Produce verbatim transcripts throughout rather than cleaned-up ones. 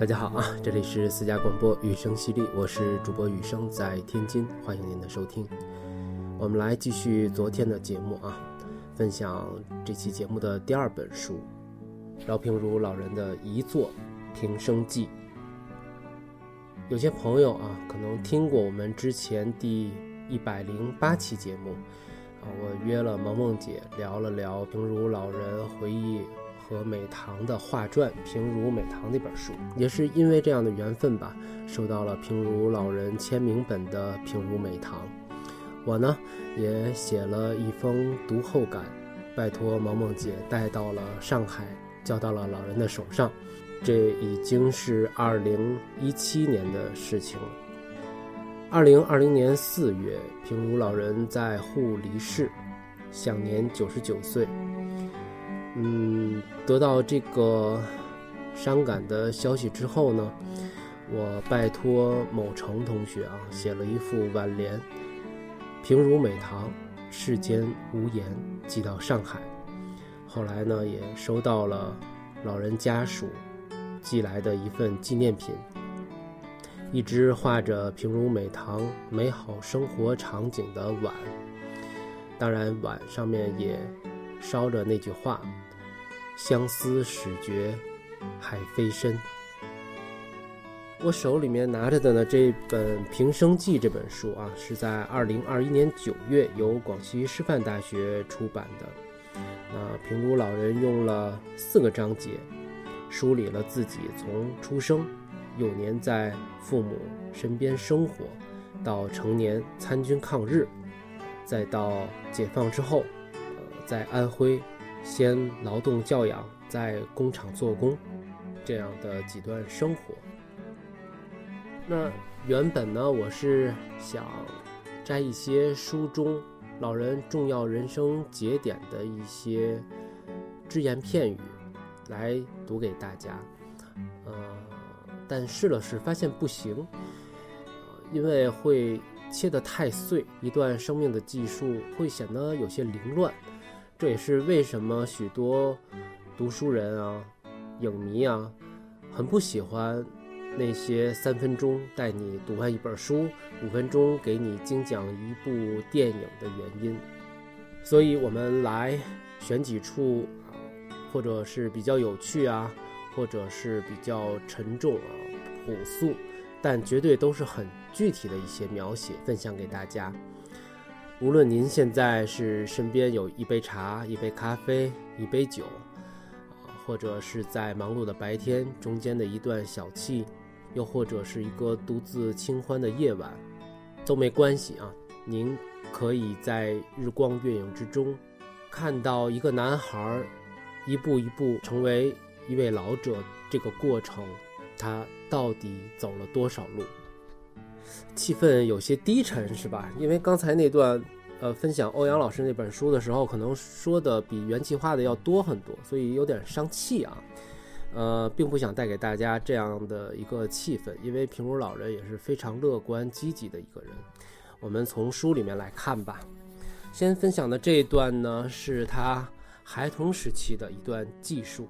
大家好啊，这里是私家广播雨声犀利，我是主播雨声，在天津，欢迎您的收听。我们来继续昨天的节目啊，分享这期节目的第二本书，饶平如老人的遗作《平生记》。有些朋友啊，可能听过我们之前第一百零八期节目啊，我约了萌萌姐聊了聊平如老人回忆和美堂的画传《平如美堂》那本书，也是因为这样的缘分吧，收到了平如老人签名本的《平如美堂》。我呢也写了一封读后感，拜托萌萌姐带到了上海，交到了老人的手上。这已经是二零一七年的事情了。二零二零年四月，平如老人在沪离世，享年九十九岁。嗯，得到这个伤感的消息之后呢，我拜托某程同学啊，写了一副挽联：平如美堂，世间无言，寄到上海。后来呢，也收到了老人家属寄来的一份纪念品，一只画着平如美堂美好生活场景的碗，当然碗上面也烧着那句话：相思始觉海飞深。我手里面拿着的呢，这本《平生记》这本书啊，是在二零二一年九月由广西师范大学出版的。那平如老人用了四个章节，梳理了自己从出生、幼年在父母身边生活，到成年参军抗日，再到解放之后，呃，在安徽先劳动教养，在工厂做工，这样的几段生活。那原本呢，我是想摘一些书中老人重要人生节点的一些只言片语来读给大家，呃，但试了试发现不行，因为会切得太碎，一段生命的记述会显得有些凌乱。这也是为什么许多读书人啊、影迷啊，很不喜欢那些三分钟带你读完一本书，五分钟给你精讲一部电影的原因。所以我们来选几处或者是比较有趣啊，或者是比较沉重啊、朴素，但绝对都是很具体的一些描写，分享给大家。无论您现在是身边有一杯茶、一杯咖啡、一杯酒，或者是在忙碌的白天中间的一段小憩，又或者是一个独自清欢的夜晚，都没关系啊。您可以在日光月影之中看到一个男孩一步一步成为一位老者，这个过程他到底走了多少路。气氛有些低沉是吧？因为刚才那段呃分享欧阳老师那本书的时候，可能说的比原计划的要多很多，所以有点伤气啊。呃，并不想带给大家这样的一个气氛，因为平如老人也是非常乐观积极的一个人。我们从书里面来看吧。先分享的这一段呢，是他孩童时期的一段记述。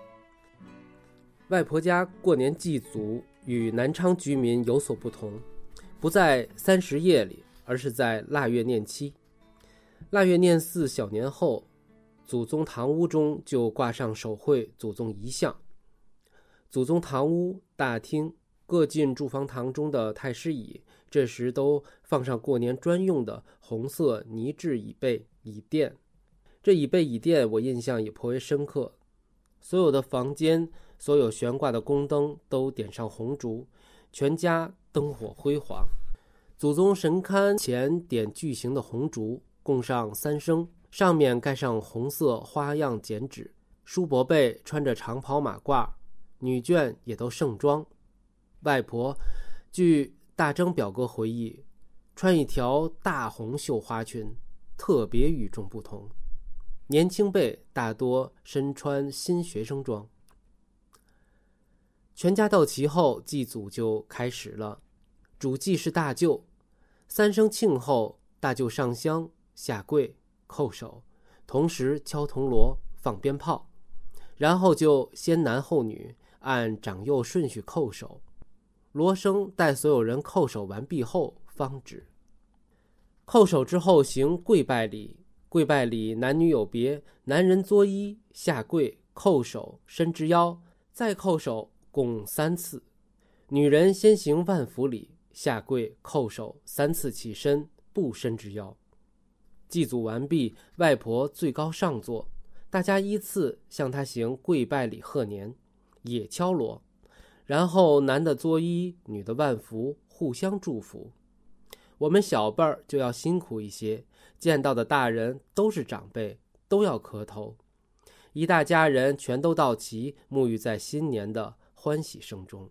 外婆家过年祭祖与南昌居民有所不同，不在三十夜里，而是在腊月念七。腊月念四小年后，祖宗堂屋中就挂上手绘祖宗遗像。祖宗堂屋、大厅、各进住房堂中的太师椅，这时都放上过年专用的红色泥制椅背、椅垫。这椅背、椅垫我印象也颇为深刻。所有的房间，所有悬挂的宫灯都点上红烛，全家灯火辉煌。祖宗神龛前点巨型的红烛，供上三升，上面盖上红色花样剪纸。叔伯辈穿着长袍马褂，女眷也都盛装。外婆据大征表哥回忆，穿一条大红绣花裙，特别与众不同。年轻辈大多身穿新学生装。全家到齐后，祭祖就开始了。主祭是大舅，三声磬后，大舅上香下跪叩首，同时敲铜锣放鞭炮，然后就先男后女按长幼顺序叩首。锣声待所有人叩首完毕后方止。叩首之后行跪拜礼，跪拜礼男女有别，男人作揖下跪叩首伸直腰，再叩首共三次。女人先行万福礼，下跪叩首三次起身，不伸直腰。祭祖完毕，外婆最高上座，大家依次向她行跪拜礼贺年，也敲锣，然后男的作揖，女的万福，互相祝福。我们小辈儿就要辛苦一些，见到的大人都是长辈，都要磕头。一大家人全都到齐，沐浴在新年的欢喜声中。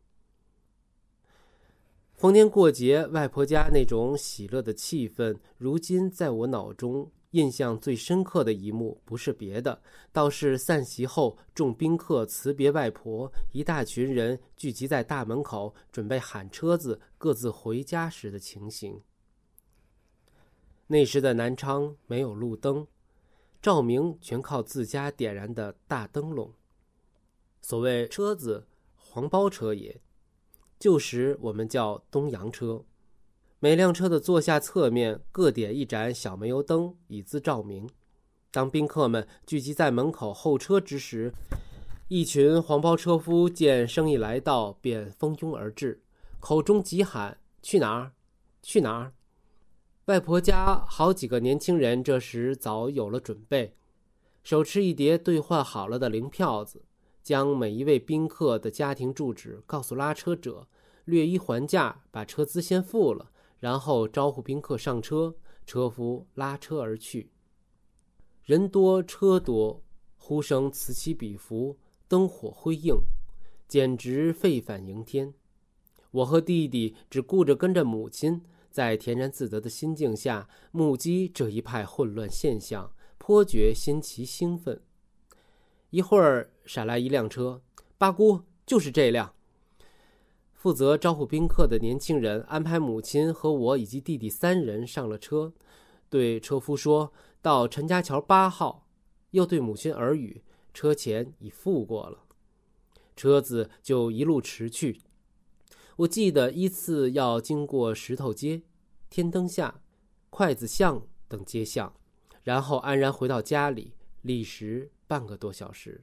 逢年过节，外婆家那种喜乐的气氛，如今在我脑中印象最深刻的一幕，不是别的，倒是散席后众宾客辞别外婆，一大群人聚集在大门口，准备喊车子各自回家时的情形。那时的南昌没有路灯，照明全靠自家点燃的大灯笼。所谓车子，黄包车也，旧时我们叫东洋车。每辆车的座下侧面各点一盏小煤油灯，以资照明。当宾客们聚集在门口候车之时，一群黄包车夫见生意来到，便蜂拥而至，口中急喊：去哪儿？去哪儿？外婆家好几个年轻人这时早有了准备，手持一叠兑换好了的零票子，将每一位宾客的家庭住址告诉拉车者，略一还价，把车资先付了，然后招呼宾客上车，车夫拉车而去。人多车多，呼声此起彼伏，灯火辉映，简直沸反盈天。我和弟弟只顾着跟着母亲，在恬然自得的心境下目击这一派混乱现象，颇觉新奇兴奋。一会儿闪来一辆车，八姑，就是这辆。负责招呼宾客的年轻人安排母亲和我以及弟弟三人上了车，对车夫说到陈家桥八号，又对母亲耳语，车钱已付过了。车子就一路驰去。我记得依次要经过石头街、天灯下、筷子巷等街巷，然后安然回到家里，历时半个多小时。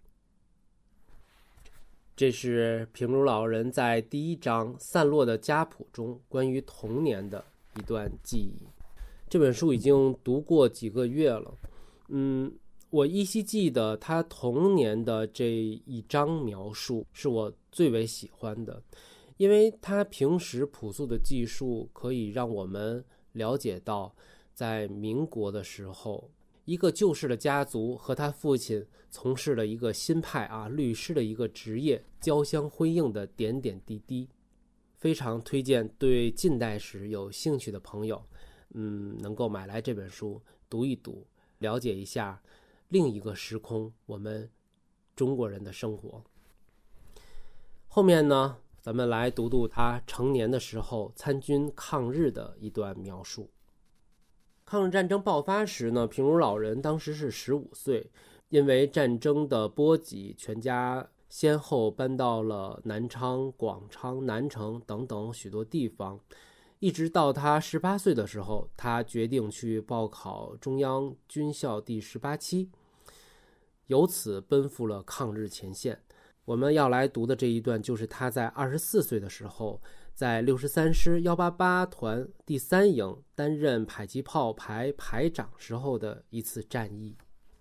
这是平如老人在第一章散落的家谱中关于童年的一段记忆。这本书已经读过几个月了，嗯，我依稀记得他童年的这一章描述是我最为喜欢的，因为他平时朴素的记述可以让我们了解到，在民国的时候，一个旧式的家族和他父亲从事了一个新派啊律师的一个职业，交相辉映的点点滴滴。非常推荐对近代史有兴趣的朋友，嗯，能够买来这本书读一读，了解一下另一个时空我们中国人的生活。后面呢，咱们来读读他成年的时候参军抗日的一段描述。抗日战争爆发时呢，平如老人当时是十五岁，因为战争的波及，全家先后搬到了南昌、广昌、南城等等许多地方。一直到他十八岁的时候，他决定去报考中央军校第十八期，由此奔赴了抗日前线。我们要来读的这一段，就是他在二十四岁的时候，在六十三师一八八团第三营担任迫击炮排排长时候的一次战役。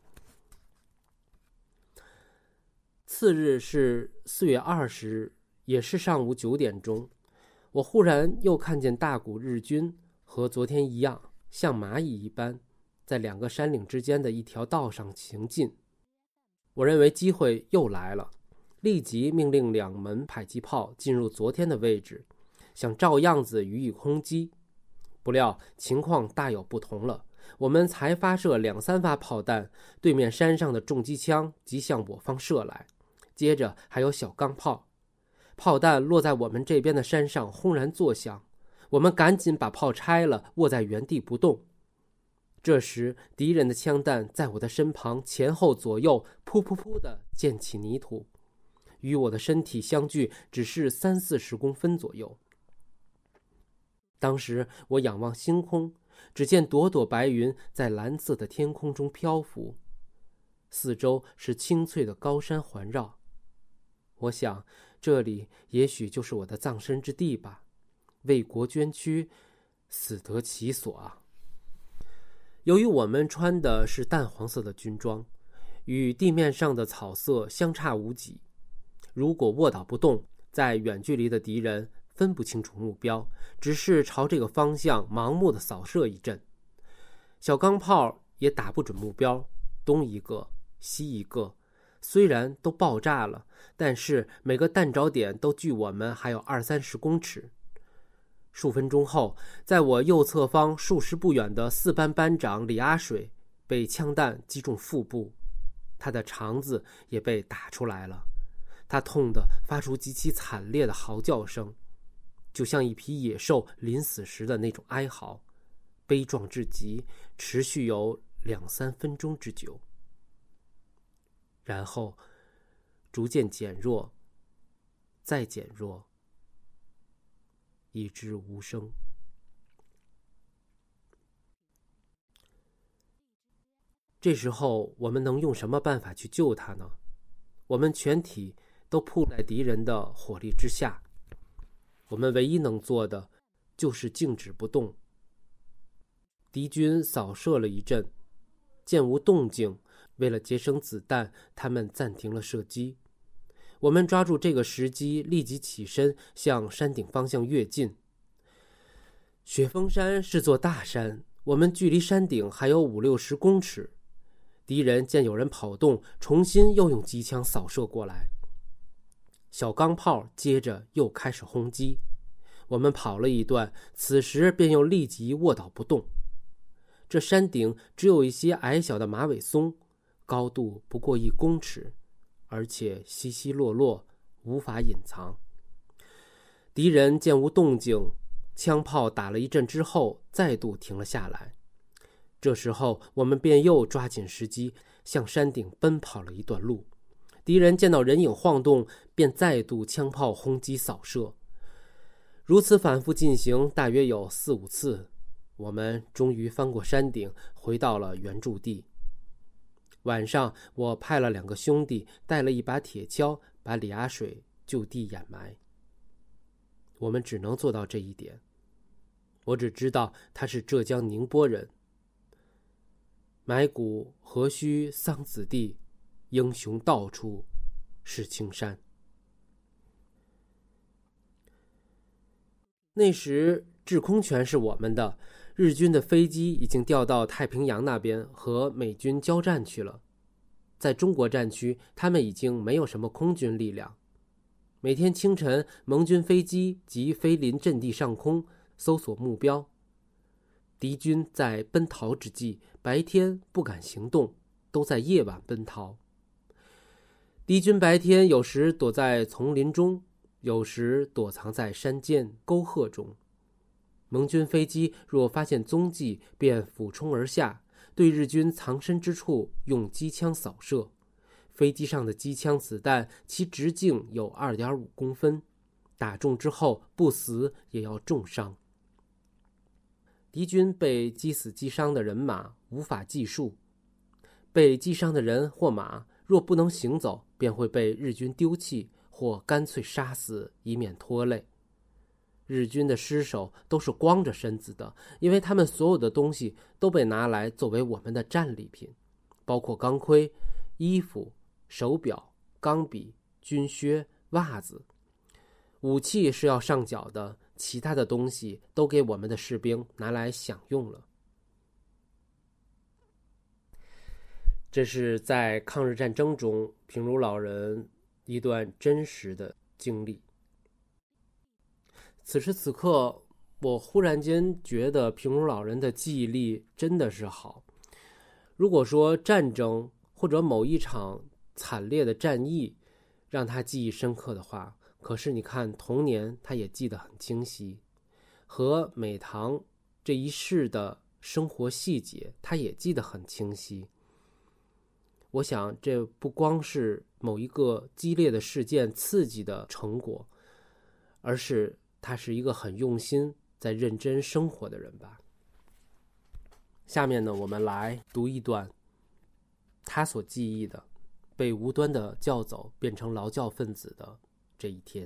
次日是四月二十日，也是上午九点钟，我忽然又看见大股日军和昨天一样，像蚂蚁一般，在两个山岭之间的一条道上行进。我认为机会又来了，立即命令两门迫击炮进入昨天的位置，想照样子予以轰击。不料情况大有不同了，我们才发射两三发炮弹，对面山上的重机枪即向我方射来，接着还有小钢炮，炮弹落在我们这边的山上轰然作响，我们赶紧把炮拆了，卧在原地不动。这时敌人的枪弹在我的身旁前后左右噗噗噗地溅起泥土， 与我的身体相距只是三四十公分左右。当时我仰望星空，只见朵朵白云在蓝色的天空中漂浮，四周是青翠的高山环绕。我想，这里也许就是我的葬身之地吧，为国捐躯，死得其所啊！由于我们穿的是淡黄色的军装，与地面上的草色相差无几，如果卧倒不动，在远距离的敌人分不清楚目标，只是朝这个方向盲目的扫射一阵，小钢炮也打不准目标，东一个西一个，虽然都爆炸了，但是每个弹着点都距我们还有二三十公尺。数分钟后，在我右侧方数十步远的四班班长李阿水被枪弹击中腹部，他的肠子也被打出来了，他痛得发出极其惨烈的嚎叫声，就像一匹野兽临死时的那种哀嚎，悲壮至极，持续有两三分钟之久，然后逐渐减弱，再减弱，一直无声。这时候我们能用什么办法去救他呢？我们全体都扑在敌人的火力之下，我们唯一能做的就是静止不动。敌军扫射了一阵，见无动静，为了节省子弹，他们暂停了射击。我们抓住这个时机，立即起身向山顶方向跃进。雪峰山是座大山，我们距离山顶还有五六十公尺。敌人见有人跑动，重新又用机枪扫射过来。小钢炮接着又开始轰击。我们跑了一段，此时便又立即卧倒不动。这山顶只有一些矮小的马尾松，高度不过一公尺，而且稀稀落落，无法隐藏。敌人见无动静，枪炮打了一阵之后，再度停了下来。这时候我们便又抓紧时机向山顶奔跑了一段路。敌人见到人影晃动，便再度枪炮轰击扫射。如此反复进行，大约有四五次，我们终于翻过山顶，回到了原驻地。晚上，我派了两个兄弟带了一把铁锹，把李阿水就地掩埋。我们只能做到这一点。我只知道他是浙江宁波人。埋骨何须桑梓地，英雄到处是青山。那时制空权是我们的，日军的飞机已经调到太平洋那边和美军交战去了。在中国战区，他们已经没有什么空军力量。每天清晨，盟军飞机即飞临阵地上空，搜索目标。敌军在奔逃之际，白天不敢行动，都在夜晚奔逃。敌军白天有时躲在丛林中，有时躲藏在山间沟壑中。盟军飞机若发现踪迹，便俯冲而下，对日军藏身之处用机枪扫射。飞机上的机枪子弹其直径有 二点五公分，打中之后不死也要重伤。敌军被击死击伤的人马无法计数，被击伤的人或马若不能行走，便会被日军丢弃或干脆杀死，以免拖累。日军的尸首都是光着身子的，因为他们所有的东西都被拿来作为我们的战利品，包括钢盔、衣服、手表、钢笔、军靴、袜子。武器是要上缴的，其他的东西都给我们的士兵拿来享用了。这是在抗日战争中平如老人一段真实的经历。此时此刻，我忽然间觉得平如老人的记忆力真的是好。如果说战争或者某一场惨烈的战役让他记忆深刻的话，可是你看童年他也记得很清晰，和美堂这一世的生活细节他也记得很清晰。 我想这不光是某一个激烈的事件刺激的成果，而是他是一个很用心在认真生活的人吧。下面呢，我们来读一段他所记忆的被无端的叫走变成劳教分子的这一天。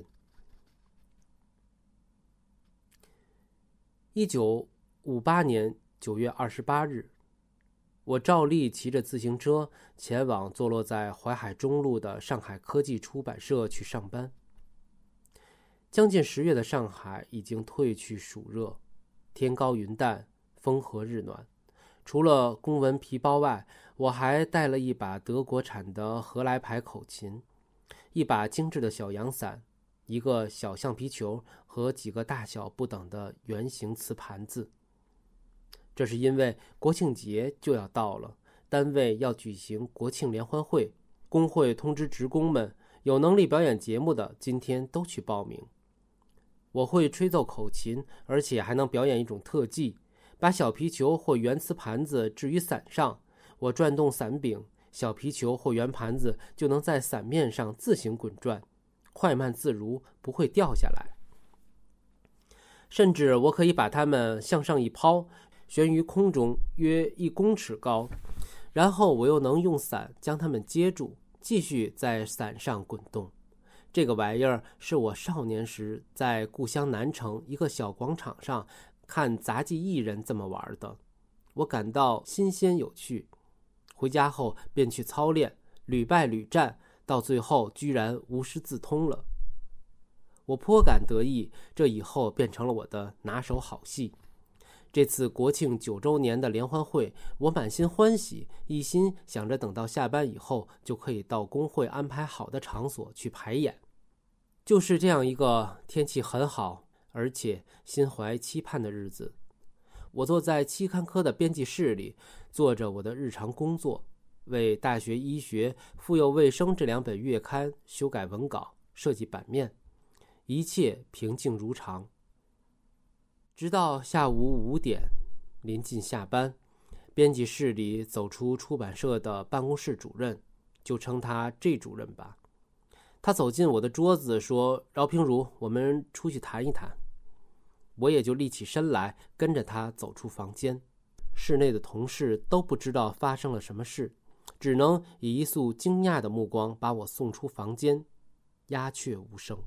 一九五八年九月二十八日，我照例骑着自行车前往坐落在淮海中路的上海科技出版社去上班。将近十月的上海已经褪去暑热，天高云淡，风和日暖。除了公文皮包外，我还带了一把德国产的荷来牌口琴，一把精致的小阳伞，一个小橡皮球和几个大小不等的圆形瓷盘子。这是因为国庆节就要到了，单位要举行国庆联欢会，工会通知职工们，有能力表演节目的今天都去报名。我会吹奏口琴，而且还能表演一种特技，把小皮球或圆瓷盘子置于伞上，我转动伞柄，小皮球或圆盘子就能在伞面上自行滚转，快慢自如，不会掉下来。甚至我可以把它们向上一抛，悬于空中约一公尺高，然后我又能用伞将它们接住，继续在伞上滚动。这个玩意儿是我少年时在故乡南城一个小广场上看杂技艺人这么玩的，我感到新鲜有趣。回家后便去操练，屡败屡战，到最后居然无师自通了。我颇感得意，这以后变成了我的拿手好戏。这次国庆九周年的联欢会，我满心欢喜，一心想着等到下班以后就可以到工会安排好的场所去排演。就是这样一个天气很好，而且心怀期盼的日子，我坐在期刊科的编辑室里，做着我的日常工作，为《大学医学》《妇幼卫生》这两本月刊修改文稿、设计版面，一切平静如常。直到下午五点，临近下班，编辑室里走出出版社的办公室主任，就称他 J 主任吧。他走进我的桌子说：“饶平如，我们出去谈一谈。”我也就立起身来，跟着他走出房间。室内的同事都不知道发生了什么事，只能以一束惊讶的目光把我送出房间，鸦雀无声。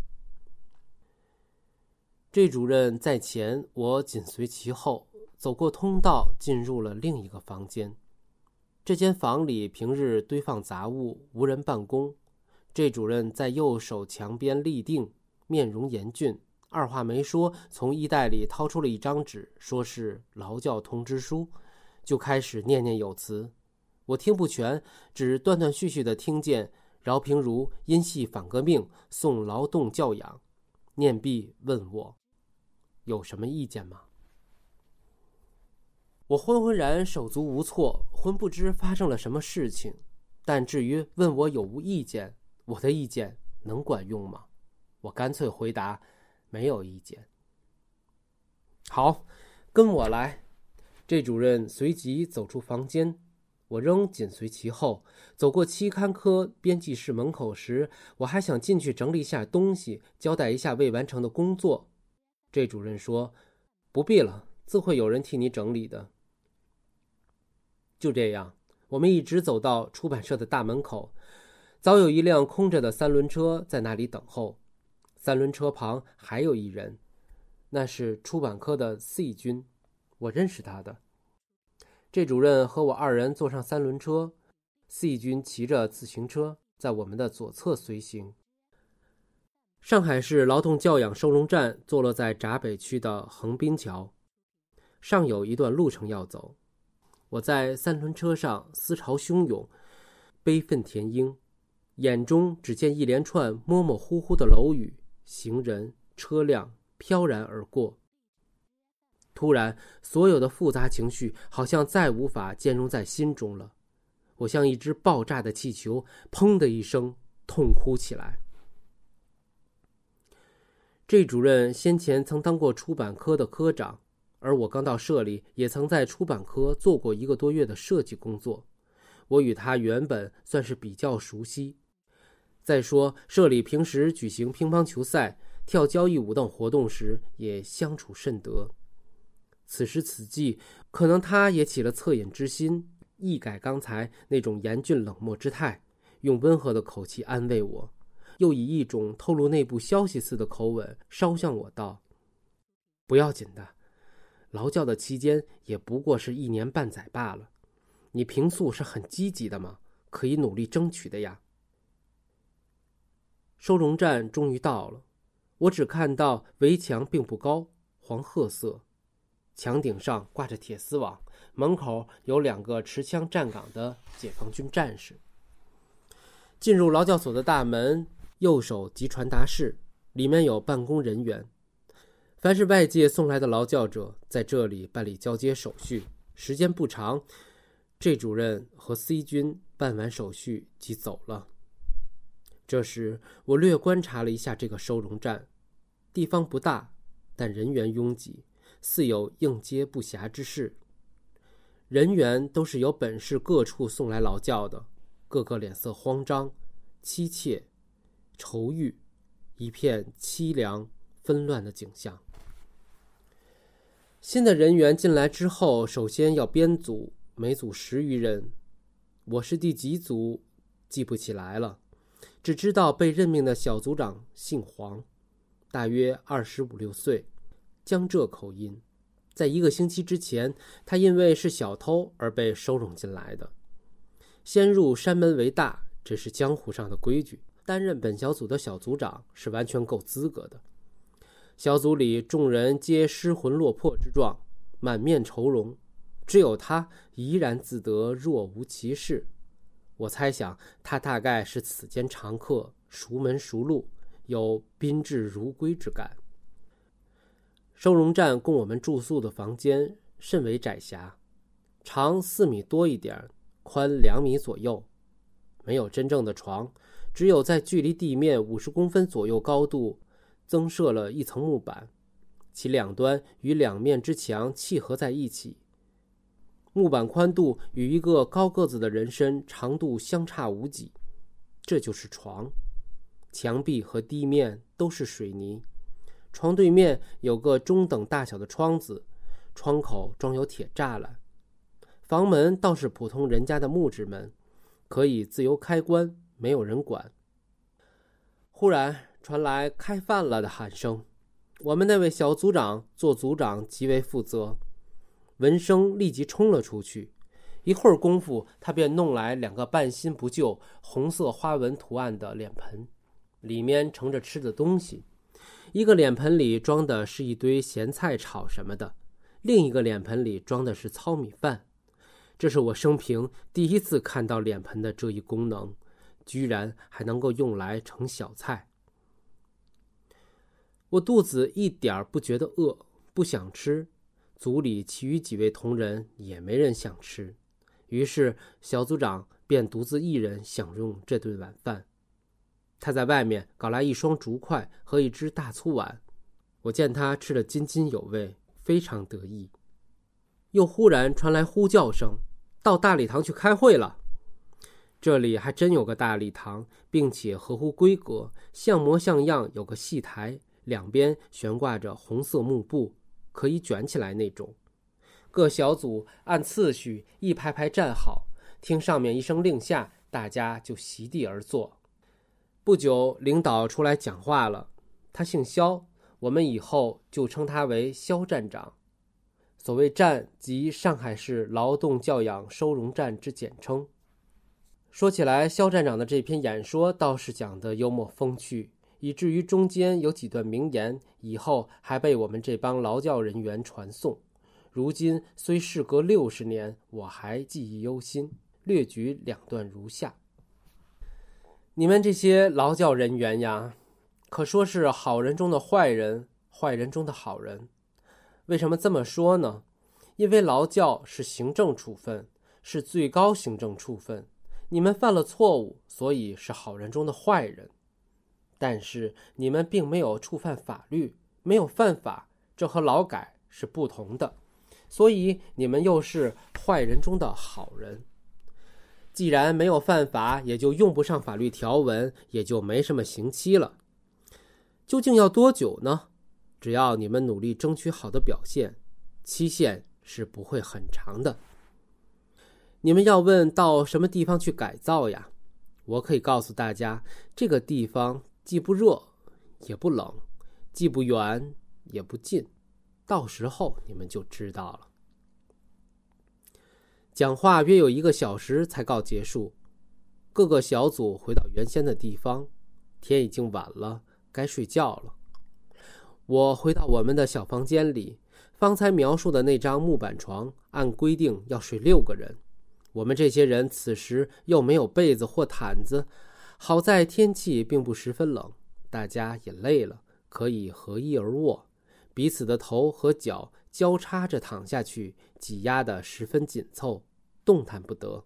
这主任在前，我紧随其后，走过通道，进入了另一个房间。这间房里平日堆放杂物，无人办公。这主任在右手墙边立定，面容严峻，二话没说，从衣袋里掏出了一张纸，说是劳教通知书，就开始念念有词。我听不全，只断断续续地听见饶平如因系反革命，送劳动教养。念毕问我有什么意见吗？我浑浑然手足无措，浑不知发生了什么事情。但至于问我有无意见，我的意见能管用吗？我干脆回答没有意见。好，跟我来。这主任随即走出房间，我仍紧随其后。走过期刊科编辑室门口时，我还想进去整理一下东西，交代一下未完成的工作。这主任说：“不必了，自会有人替你整理的。”就这样，我们一直走到出版社的大门口，早有一辆空着的三轮车在那里等候。三轮车旁还有一人，那是出版科的 C 君，我认识他的。这主任和我二人坐上三轮车， C 君骑着自行车在我们的左侧随行。上海市劳动教养收容站坐落在闸北区的横滨桥，尚有一段路程要走。我在三轮车上思潮汹涌，悲愤填膺，眼中只见一连串模模糊糊的楼宇、行人、车辆飘然而过。突然，所有的复杂情绪好像再无法兼容在心中了。我像一只爆炸的气球，砰的一声痛哭起来。这主任先前曾当过出版科的科长，而我刚到社里也曾在出版科做过一个多月的设计工作。 我与他原本算是比较熟悉。再说社里平时举行乒乓球赛、跳交谊舞等活动时也相处甚得。此时此际，可能他也起了恻隐之心，一改刚才那种严峻冷漠之态，用温和的口气安慰我，又以一种透露内部消息似的口吻捎向我道：不要紧的，劳教的期间也不过是一年半载罢了，你平素是很积极的嘛，可以努力争取的呀。收容站终于到了，我只看到围墙并不高，黄褐色，墙顶上挂着铁丝网，门口有两个持枪站岗的解放军战士。进入劳教所的大门，右手即传达室，里面有办公人员。凡是外界送来的劳教者在这里办理交接手续，时间不长，这主任和 C 君办完手续即走了。这时我略观察了一下这个收容站，地方不大，但人员拥挤，似有应接不暇之势。人员都是由本市各处送来劳教的，个个脸色慌张、凄切、愁郁，一片凄凉纷乱的景象。新的人员进来之后，首先要编组，每组十余人。我是第几组记不起来了，只知道被任命的小组长姓黄，大约二十五六岁，江浙口音。在一个星期之前，他因为是小偷而被收容进来的。先入山门为大，这是江湖上的规矩，担任本小组的小组长是完全够资格的。小组里众人皆失魂落魄之状，满面愁容，只有他怡然自得，若无其事。我猜想他大概是此间常客，熟门熟路，有宾至如归之感。收容站供我们住宿的房间甚为窄狭，长四米多一点，宽两米左右，没有真正的床，只有在距离地面五十公分左右高度增设了一层木板，其两端与两面之墙契合在一起。木板宽度与一个高个子的人身长度相差无几，这就是床。墙壁和地面都是水泥，床对面有个中等大小的窗子，窗口装有铁栅栏。房门倒是普通人家的木质门，可以自由开关，没有人管。忽然传来开饭了的喊声，我们那位小组长做组长极为负责，闻声立即冲了出去。一会儿功夫，他便弄来两个半新不旧、红色花纹图案的脸盆，里面盛着吃的东西。一个脸盆里装的是一堆咸菜炒什么的，另一个脸盆里装的是糙米饭。这是我生平第一次看到脸盆的这一功能，居然还能够用来盛小菜。我肚子一点不觉得饿，不想吃，组里其余几位同仁也没人想吃，于是小组长便独自一人享用这顿晚饭。他在外面搞来一双竹筷和一只大粗碗，我见他吃得津津有味，非常得意。又忽然传来呼叫声，到大礼堂去开会了。这里还真有个大礼堂，并且合乎规格，像模像样，有个戏台，两边悬挂着红色幕布，可以卷起来那种。各小组按次序一排排站好，听上面一声令下，大家就席地而坐。不久，领导出来讲话了，他姓肖，我们以后就称他为肖站长。所谓站即上海市劳动教养收容站之简称。说起来，肖站长的这篇演说倒是讲得幽默风趣，以至于中间有几段名言，以后还被我们这帮劳教人员传颂。如今虽事隔六十年，我还记忆犹新，略举两段如下。你们这些劳教人员呀，可说是好人中的坏人，坏人中的好人。为什么这么说呢？因为劳教是行政处分，是最高行政处分，你们犯了错误，所以是好人中的坏人。但是你们并没有触犯法律，没有犯法，这和劳改是不同的，所以你们又是坏人中的好人。 既然没有犯法，也就用不上法律条文，也就没什么刑期了。究竟要多久呢？只要你们努力争取好的表现，期限是不会很长的。你们要问到什么地方去改造呀？我可以告诉大家，这个地方既不热也不冷，既不远也不近，到时候你们就知道了。讲话约有一个小时才告结束，各个小组回到原先的地方，天已经晚了，该睡觉了。我回到我们的小房间里，方才描述的那张木板床，按规定要睡六个人。我们这些人此时又没有被子或毯子，好在天气并不十分冷，大家也累了，可以合衣而卧，彼此的头和脚交叉着躺下去，挤压得十分紧凑，动弹不得。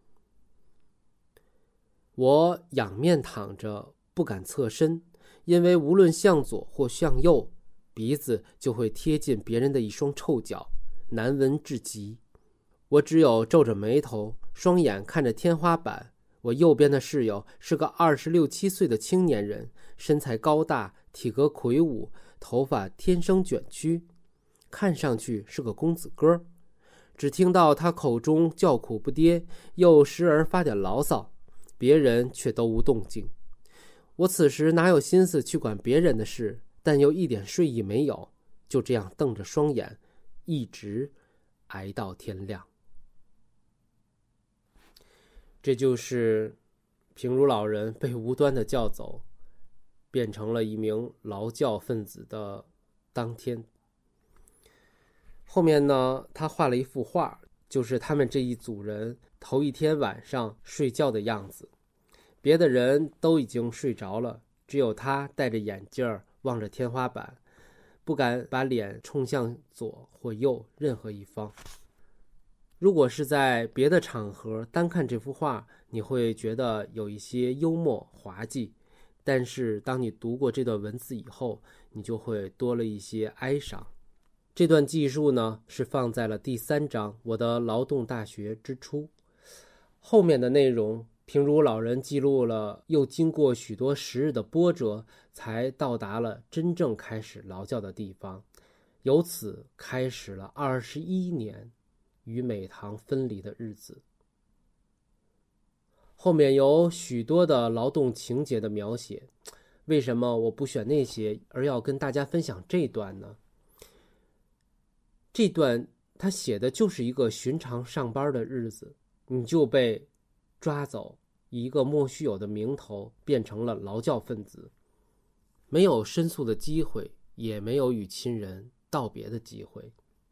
我仰面躺着，不敢侧身，因为无论向左或向右，鼻子就会贴近别人的一双臭脚，难闻至极。我只有皱着眉头，双眼看着天花板。我右边的室友是个二十六七岁的青年人，身材高大，体格魁梧，头发天生卷曲，看上去是个公子哥。只听到他口中叫苦不迭，又时而发点牢骚，别人却都无动静。我此时哪有心思去管别人的事，但又一点睡意没有，就这样瞪着双眼，一直挨到天亮。这就是平如老人被无端的叫走，变成了一名劳教分子的当天。后面呢，他画了一幅画，就是他们这一组人头一天晚上睡觉的样子。别的人都已经睡着了，只有他戴着眼镜望着天花板，不敢把脸冲向左或右任何一方。如果是在别的场合单看这幅画，你会觉得有一些幽默滑稽，但是当你读过这段文字以后，你就会多了一些哀伤。这段记述呢，是放在了第三章我的劳动大学之初。后面的内容，平如老人记录了又经过许多时日的波折，才到达了真正开始劳教的地方，由此开始了二十一年与美堂分离的日子。后面有许多的劳动情节的描写，为什么我不选那些，而要跟大家分享这段呢？这段他写的就是一个寻常上班的日子，你就被抓走，以一个莫须有的名头变成了劳教分子，没有申诉的机会，也没有与亲人道别的机会。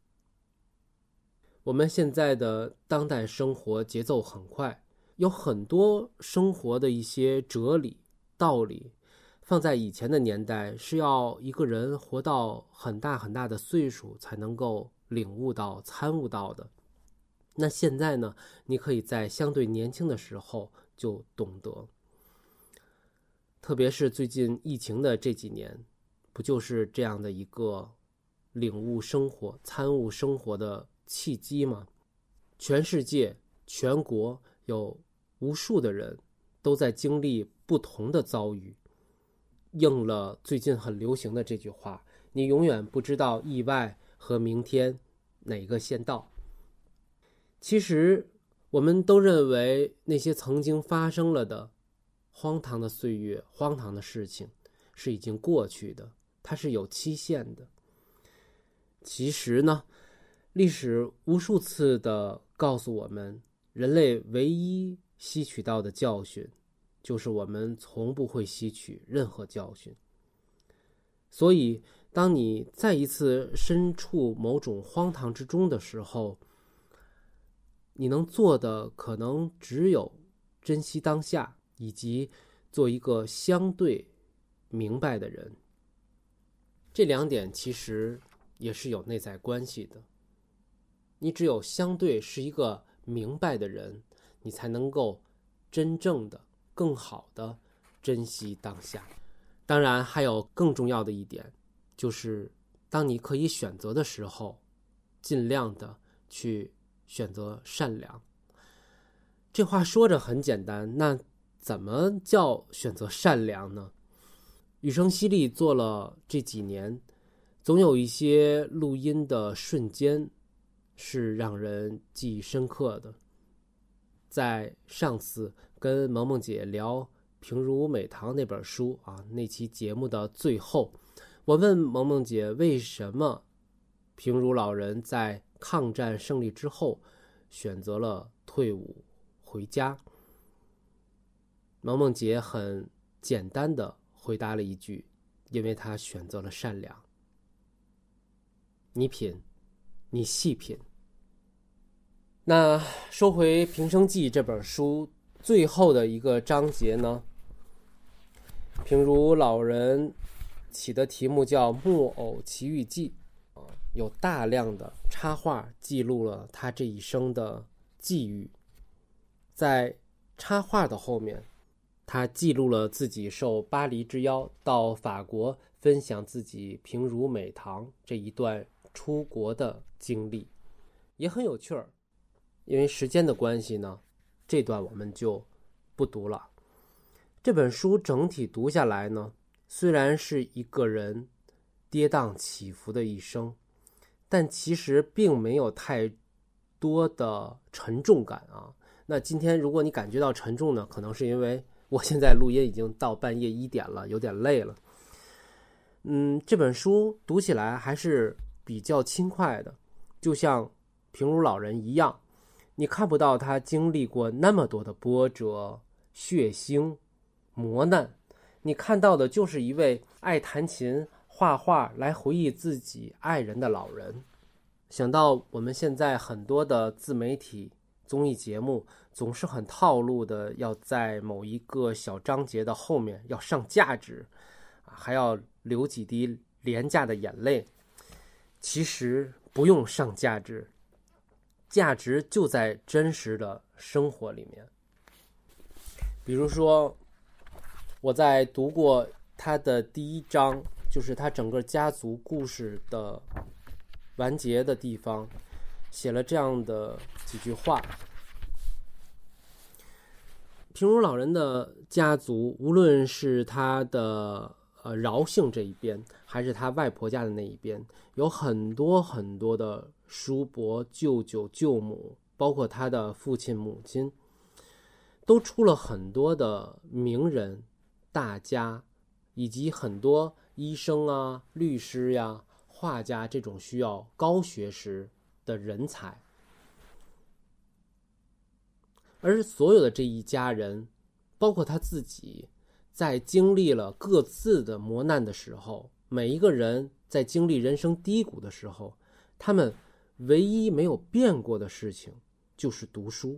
我们现在的当代生活节奏很快，有很多生活的一些哲理道理，放在以前的年代是要一个人活到很大很大的岁数才能够领悟到参悟到的。那现在呢，你可以在相对年轻的时候就懂得，特别是最近疫情的这几年，不就是这样的一个领悟生活参悟生活的契机吗？全世界全国有无数的人都在经历不同的遭遇，应了最近很流行的这句话，你永远不知道意外和明天哪个先到。其实我们都认为那些曾经发生了的荒唐的岁月，荒唐的事情是已经过去的，它是有期限的。其实呢，历史无数次的告诉我们，人类唯一吸取到的教训，就是我们从不会吸取任何教训。所以当你再一次身处某种荒唐之中的时候，你能做的可能只有珍惜当下，以及做一个相对明白的人。这两点其实也是有内在关系的。你只有相对是一个明白的人，你才能够真正的更好的珍惜当下。当然还有更重要的一点，就是当你可以选择的时候，尽量的去选择善良。 这话说着很简单，那怎么叫选择善良呢？雨声淅沥做了这几年，总有一些录音的瞬间是让人记忆深刻的。在上次跟萌萌姐聊《平如美棠》那本书啊，那期节目的最后，我问萌萌姐为什么平如老人在抗战胜利之后选择了退伍回家。萌萌姐很简单的回答了一句，因为她选择了善良。你品，你细品。那说回《平生记》这本书最后的一个章节呢，平如老人起的题目叫《木偶奇遇记》，有大量的插画记录了他这一生的际遇。在插画的后面，他记录了自己受巴黎之邀到法国分享自己平如美棠这一段出国的经历，也很有趣儿。因为时间的关系呢，这段我们就不读了。这本书整体读下来呢，虽然是一个人跌宕起伏的一生，但其实并没有太多的沉重感啊。那今天如果你感觉到沉重呢，可能是因为我现在录音已经到半夜一点了，有点累了。嗯，这本书读起来还是比较轻快的，就像平如老人一样，你看不到他经历过那么多的波折、血腥、磨难，你看到的就是一位爱弹琴、画画来回忆自己爱人的老人。想到我们现在很多的自媒体综艺节目总是很套路的，要在某一个小章节的后面要上价值，还要流几滴廉价的眼泪。其实不用上价值，价值就在真实的生活里面。比如说，我在读过他的第一章，就是他整个家族故事的完结的地方，写了这样的几句话。平如老人的家族，无论是他的呃饶姓这一边，还是他外婆家的那一边，有很多很多的叔伯、舅舅、舅母，包括他的父亲、母亲，都出了很多的名人、大家，以及很多医生啊、律师呀、画家这种需要高学识的人才。而所有的这一家人，包括他自己，在经历了各自的磨难的时候，每一个人在经历人生低谷的时候，他们唯一没有变过的事情就是读书。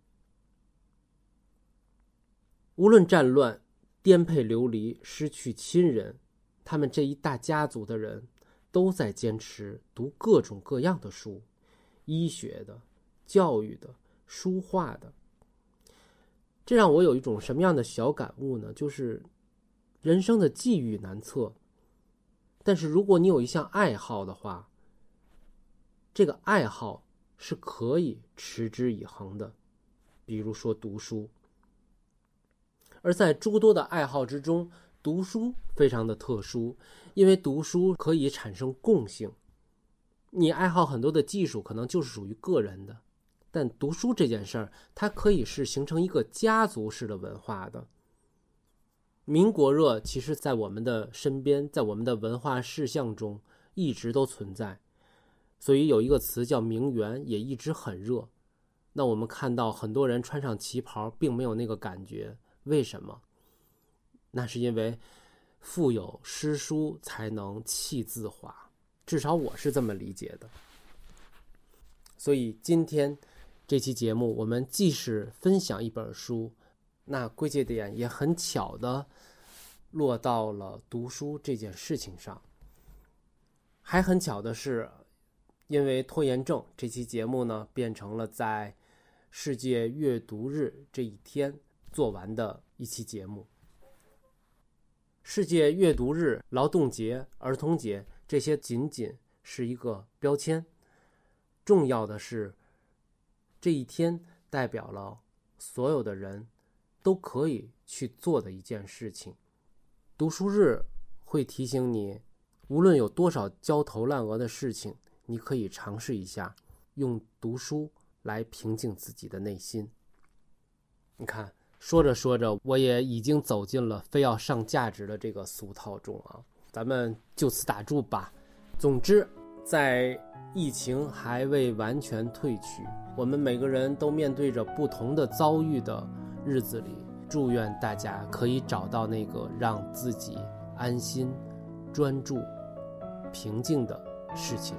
无论战乱、颠沛流离、失去亲人，他们这一大家族的人都在坚持读各种各样的书，医学的、教育的、书画的。这让我有一种什么样的小感悟呢？就是人生的际遇难测，但是如果你有一项爱好的话，这个爱好是可以持之以恒的，比如说读书。而在诸多的爱好之中，读书非常的特殊，因为读书可以产生共性。你爱好很多的技术可能就是属于个人的，但读书这件事儿，它可以是形成一个家族式的文化的。民国热其实在我们的身边，在我们的文化事项中一直都存在，所以有一个词叫名媛，也一直很热。那我们看到很多人穿上旗袍并没有那个感觉，为什么？那是因为腹有诗书才能气自华，至少我是这么理解的。所以今天这期节目我们既是分享一本书，那归结点也很巧的落到了读书这件事情上。还很巧的是，因为拖延症，这期节目呢变成了在世界阅读日这一天做完的一期节目。世界阅读日、劳动节、儿童节，这些仅仅是一个标签，重要的是这一天代表了所有的人都可以去做的一件事情。读书日会提醒你，无论有多少焦头烂额的事情，你可以尝试一下用读书来平静自己的内心。你看，说着说着，我也已经走进了非要上价值的这个俗套中啊，咱们就此打住吧。总之，在疫情还未完全退去，我们每个人都面对着不同的遭遇的日子里，祝愿大家可以找到那个让自己安心、专注、平静的事情。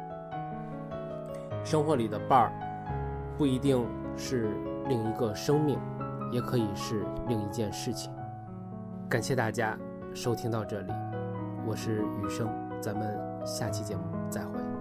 生活里的伴儿不一定是另一个生命，也可以是另一件事情。感谢大家收听到这里，我是雨生，咱们下期节目再会。